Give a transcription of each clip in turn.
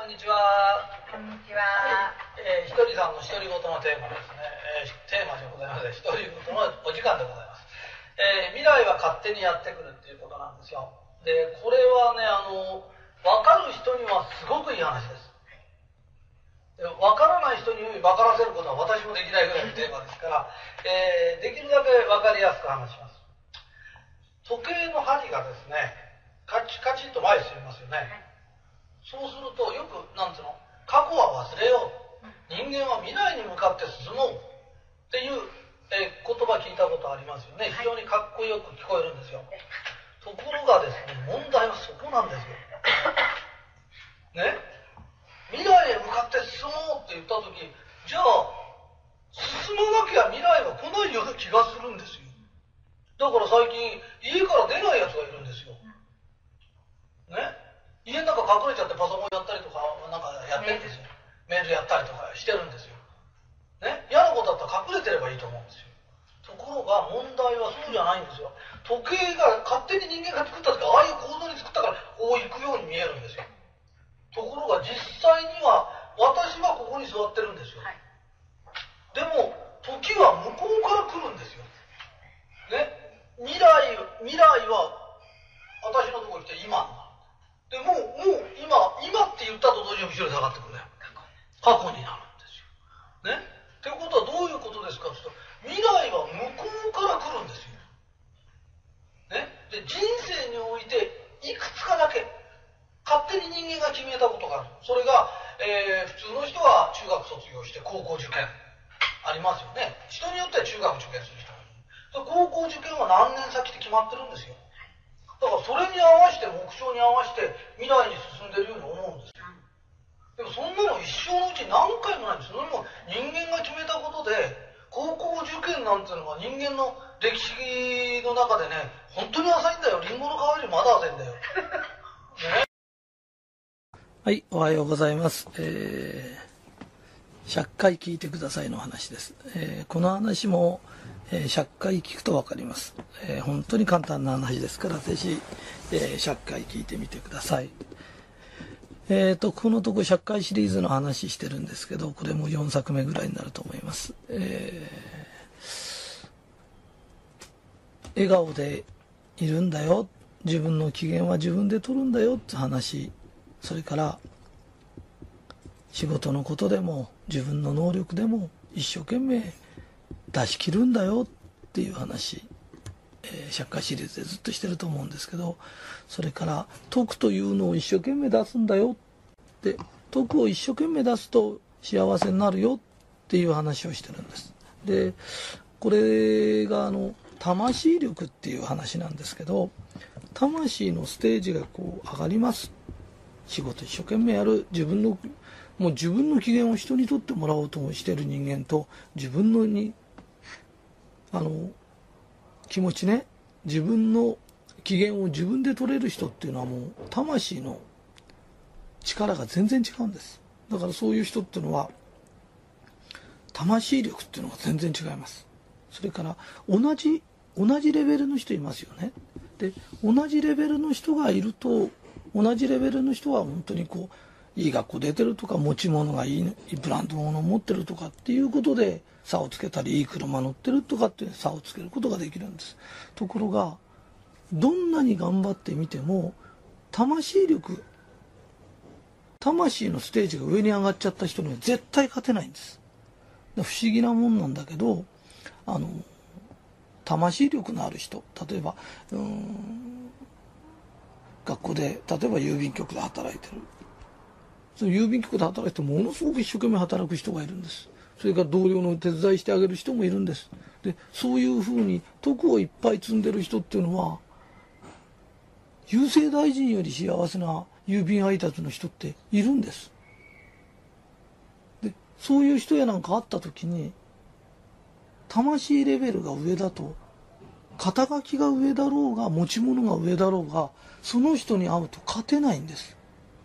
んにちは。 こんにちは。 ひとりさんの独り言のテーマですね。テーマじゃございません。独り言のお時間でございます。未来は勝手にやってくるっていうことなんですよ。で、これはね、分かる人にはすごくいい話です。分からない人に分からせることは私もできないぐらいのテーマですから、できるだけ分かりやすく話します。時計の針がですね、カチカチと前に進みますよね。そうするとよくなんつうの、過去は忘れよう、人間は未来に向かって進もうっていう、言葉聞いたことありますよね。非常にかっこよく聞こえるんですよ。ところがですね、問題はそこなんですよ。ね、未来へ向かって進もうって言った時、じゃあ進まなきゃ未来は来ないような気がするんですよ。だから最近家から出ないやつがいるんですよ。ね、家の中隠れちゃってパソコンやったりとかなんかやってるんですよ。メールやったりとかしてるんですよ。ね、嫌なことだったら隠れてればいいと思うんですよ。ところが問題はそうじゃないんですよ。時計が勝手に人間が作った時、ああいう構造に作ったからこう行くように見えるんですよ。ところが実際には私はここに座ってるんですよ。でも時は向こうから来るんですよ。ね、未来は私のところに来て今でもう今って言ったと同時に後ろに下がってくるね。過去になるんですよ。ね。ってことはどういうことですかというと、未来は向こうから来るんですよ。ね。で、人生においていくつかだけ勝手に人間が決めたことがある。それが、普通の人は中学卒業して高校受験ありますよね。人によっては中学受験する人がいる。高校受験は何年先って決まってるんですよ。だからそれに合わせて、目標に合わせて未来に進んでるように思うんですよ。でもそんなの一生のうち何回もないんです。それも人間が決めたことで、高校受験なんていうのは人間の歴史の中でね、本当に浅いんだよ。リンゴの皮よりまだ浅いんだよ。ね、 はい、おはようございます。100回聞いてくださいの話です。この話も、100回聞くと分かります。本当に簡単な話ですから、ぜひ、100回聞いてみてください。このとこ100回シリーズの話してるんですけど、これも4作目ぐらいになると思います。笑顔でいるんだよ、自分の機嫌は自分で取るんだよって話、それから仕事のことでも自分の能力でも一生懸命出し切るんだよっていう話、100回シリーズでずっとしてると思うんですけど、それから徳というのを一生懸命出すんだよって、徳を一生懸命出すと幸せになるよっていう話をしてるんです。でこれが魂力っていう話なんですけど、魂のステージがこう上がります。仕事一生懸命やる、自分の機嫌を人にとってもらおうとしてる人間と、自分の気持ちね、自分の機嫌を自分で取れる人っていうのはもう魂の力が全然違うんです。だからそういう人っていうのは魂力っていうのが全然違います。それから同じレベルの人いますよね。で同じレベルの人がいると、同じレベルの人は本当にこういい学校出てるとか、持ち物がいいブランド物を持ってるとかっていうことで差をつけたり、いい車乗ってるとかっていう差をつけることができるんです。ところがどんなに頑張ってみても魂のステージが上に上がっちゃった人には絶対勝てないんです。不思議なもんなんだけど、魂力のある人、例えば学校で例えば郵便局で働いてる、その郵便局で働いてものすごく一生懸命働く人がいるんです。それから同僚の手伝いしてあげる人もいるんです。でそういうふうに徳をいっぱい積んでる人っていうのは、郵政大臣より幸せな郵便配達の人っているんです。でそういう人やなんか会った時に、魂レベルが上だと、肩書きが上だろうが持ち物が上だろうが、その人に会うと勝てないんです。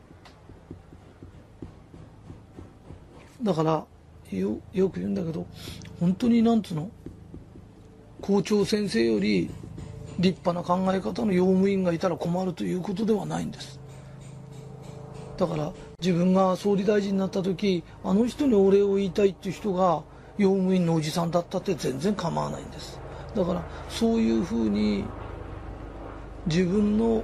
だからよく言うんだけど、本当になんつうの、校長先生より立派な考え方の用務員がいたら困るということではないんです。だから自分が総理大臣になった時、あの人にお礼を言いたいっていう人が用務員のおじさんだったって全然構わないんです。だからそういうふうに自分の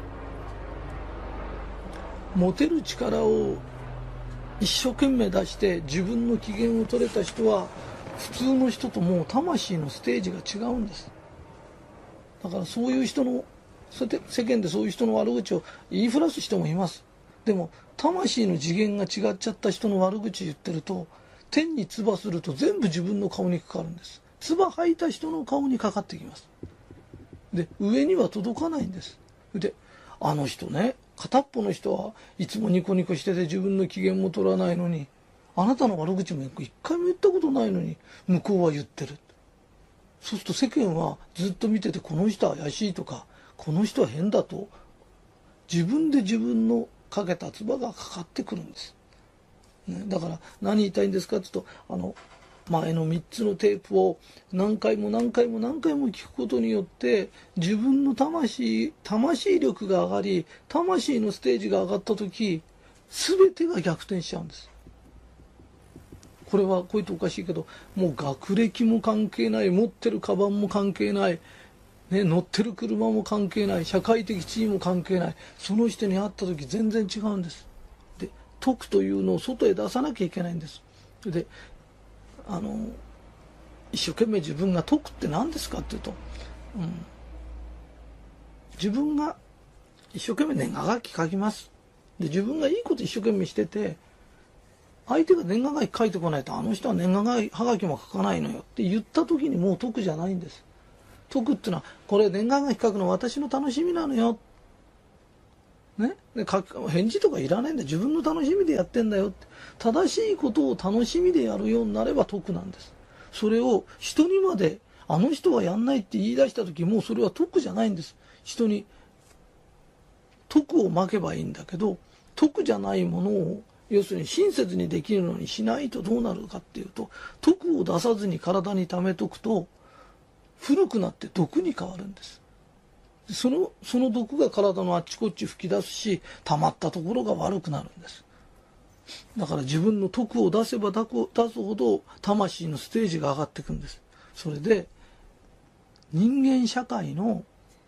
持てる力を一生懸命出して自分の機嫌を取れた人は普通の人ともう魂のステージが違うんです。だからそういう人の、世間でそういう人の悪口を言いふらす人もいます。でも魂の次元が違っちゃった人の悪口言ってると、天に唾すると全部自分の顔にかかるんです。唾吐いた人の顔にかかってきます。で、上には届かないんです。で、あの人ね、片っぽの人はいつもニコニコしてて自分の機嫌も取らないのに、あなたの悪口も一回も言ったことないのに向こうは言ってる。そうすると世間はずっと見てて、この人は怪しいとかこの人は変だと自分で自分のかけた唾がかかってくるんです、ね、だから何言いたいんですかって言うと、前の3つのテープを何回も何回も何回も聞くことによって自分の魂力が上がり、魂のステージが上がった時全てが逆転しちゃうんです。これはこう言っておかしいけど、もう学歴も関係ない、持ってるカバンも関係ない、ね、乗ってる車も関係ない、社会的地位も関係ない、その人に会った時全然違うんです。で、徳というのを外へ出さなきゃいけないんです。で、一生懸命自分が徳って何ですかっていうと、自分が一生懸命年賀書き書きます。で、自分がいいこと一生懸命してて、相手が年賀書き書いてこないと、あの人は年賀書きも書かないのよって言った時にもう徳じゃないんです。徳っていうのは、これ年賀書き書くの私の楽しみなのよ。ね、で返事とかいらないんだ、自分の楽しみでやってんだよって。正しいことを楽しみでやるようになれば徳なんです。それを人にまで、あの人はやんないって言い出した時、もうそれは徳じゃないんです。人に徳をまけばいいんだけど、徳じゃないものを要するに親切にできるのにしないとどうなるかっていうと、徳を出さずに体に溜めとくと古くなって毒に変わるんです。その毒が体のあっちこっち吹き出すし、溜まったところが悪くなるんです。だから自分の徳を出せば出すほど魂のステージが上がっていくんです。それで人間社会の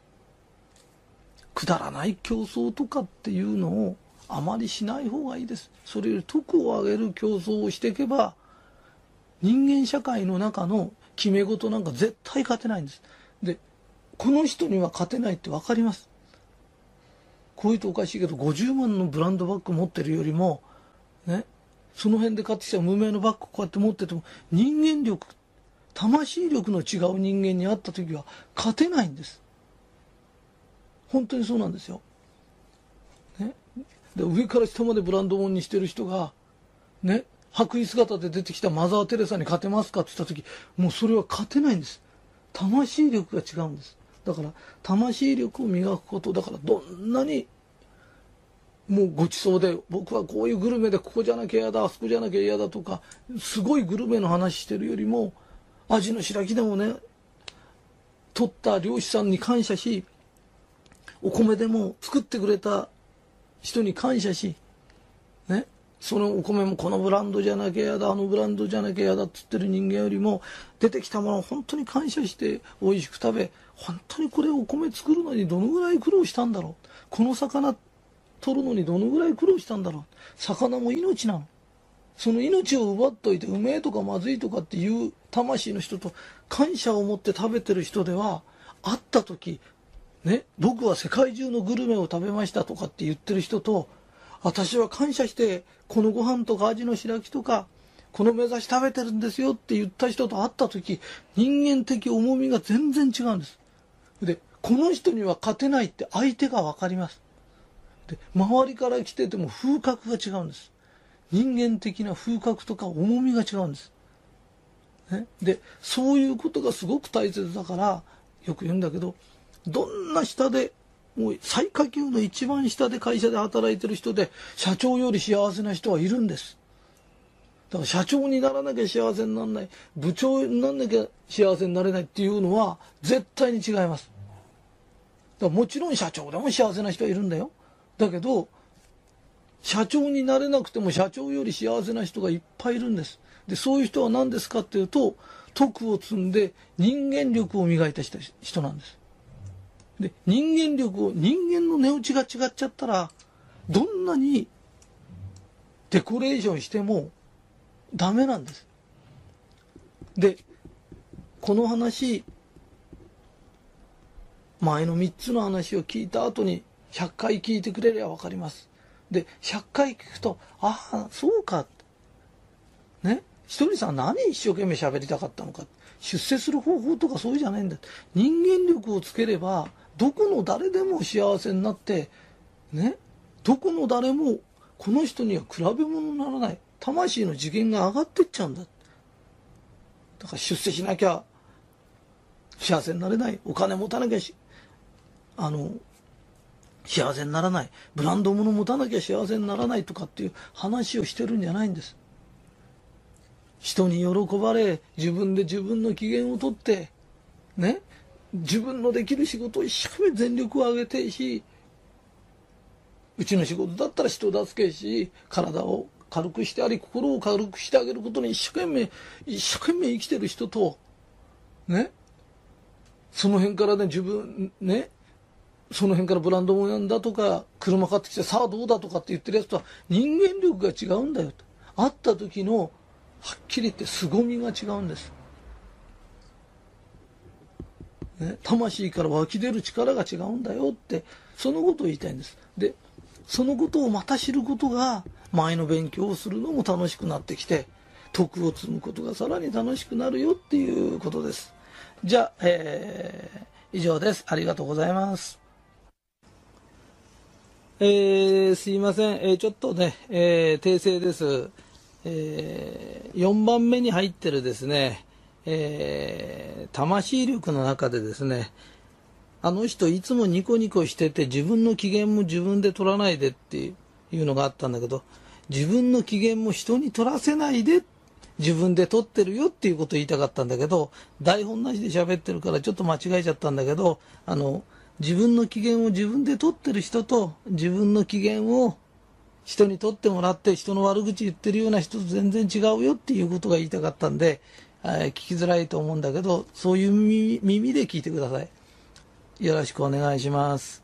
くだらない競争とかっていうのをあまりしない方がいいです。それより徳を上げる競争をしていけば、人間社会の中の決め事なんか絶対勝てないんです。で、この人には勝てないって分かります。こういうとおかしいけど、50万のブランドバッグ持ってるよりも、ね、その辺で買ってきた無名のバッグこうやって持ってても、人間力、魂力の違う人間に会った時は勝てないんです。本当にそうなんですよ。ね、で上から下までブランド物にしてる人がね、白衣姿で出てきたマザー・テレサに勝てますかって言った時、もうそれは勝てないんです。魂力が違うんです。だから魂力を磨くこと、だからどんなにもうごちそうで、僕はこういうグルメでここじゃなきゃ嫌だ、あそこじゃなきゃ嫌だとか、すごいグルメの話してるよりも、アジの白木でもね、取った漁師さんに感謝し、お米でも作ってくれた人に感謝し、ね、そのお米もこのブランドじゃなきゃ嫌だ、あのブランドじゃなきゃ嫌だって言ってる人間よりも、出てきたものを本当に感謝して美味しく食べ、本当にこれお米作るのにどのぐらい苦労したんだろう、この魚取るのにどのぐらい苦労したんだろう、魚も命なの、その命を奪っといてうめえとかまずいとかっていう魂の人と感謝を持って食べてる人では、会った時ね、僕は世界中のグルメを食べましたとかって言ってる人と、私は感謝してこのご飯とかアジの白木とかこの目指し食べてるんですよって言った人と会った時、人間的重みが全然違うんです。で、この人には勝てないって相手が分かります。で、周りから来てても風格が違うんです。人間的な風格とか重みが違うんです、ね、で、そういうことがすごく大切だからよく言うんだけど、どんな下でもう最下級の一番下で会社で働いてる人で社長より幸せな人はいるんです。だから社長にならなきゃ幸せにならない、部長にならなきゃ幸せになれないっていうのは絶対に違います。だからもちろん社長でも幸せな人はいるんだよ。だけど社長になれなくても社長より幸せな人がいっぱいいるんです。で、そういう人は何ですかっていうと、徳を積んで人間力を磨いた人なんです。で、人間の値打ちが違っちゃったら、どんなにデコレーションしてもダメなんです。で、この話、前の3つの話を聞いた後に100回聞いてくれれば分かります。で、100回聞くと、ああ、そうか。ね。ひとりさん何一生懸命喋りたかったのか。出世する方法とかそうじゃないんだ。人間力をつければ、どこの誰でも幸せになって、ね。どこの誰も、この人には比べ物にならない。魂の次元が上がってっちゃうんだ。だから出世しなきゃ幸せになれない。お金持たなきゃ幸せにならない。ブランド物持たなきゃ幸せにならないとかっていう話をしてるんじゃないんです。人に喜ばれ、自分で自分の機嫌をとって、ね、自分のできる仕事を一生懸命全力を挙げてし、うちの仕事だったら人助けし、体を軽くしてあり、心を軽くしてあげることに一生懸命生きてる人と、ね、その辺からね、その辺からブランド物だとか、車買ってきて、さあどうだとかって言ってるやつとは人間力が違うんだよと。会った時の、はっきり言って凄みが違うんです。ね、魂から湧き出る力が違うんだよって、そのことを言いたいんです。で、そのことをまた知ることが、前の勉強をするのも楽しくなってきて、徳を積むことがさらに楽しくなるよっていうことです。じゃあ、以上です。ありがとうございます。すいません。ちょっとね、訂正です。4番目に入ってるですね、魂力の中でですね、あの人いつもニコニコしてて自分の機嫌も自分で取らないでっていうのがあったんだけど、自分の機嫌も人に取らせないで自分で取ってるよっていうことを言いたかったんだけど、台本なしで喋ってるからちょっと間違えちゃったんだけど、自分の機嫌を自分で取ってる人と自分の機嫌を人に取ってもらって人の悪口言ってるような人と全然違うよっていうことが言いたかったんで、聞きづらいと思うんだけど、そういう耳で聞いてください。よろしくお願いします。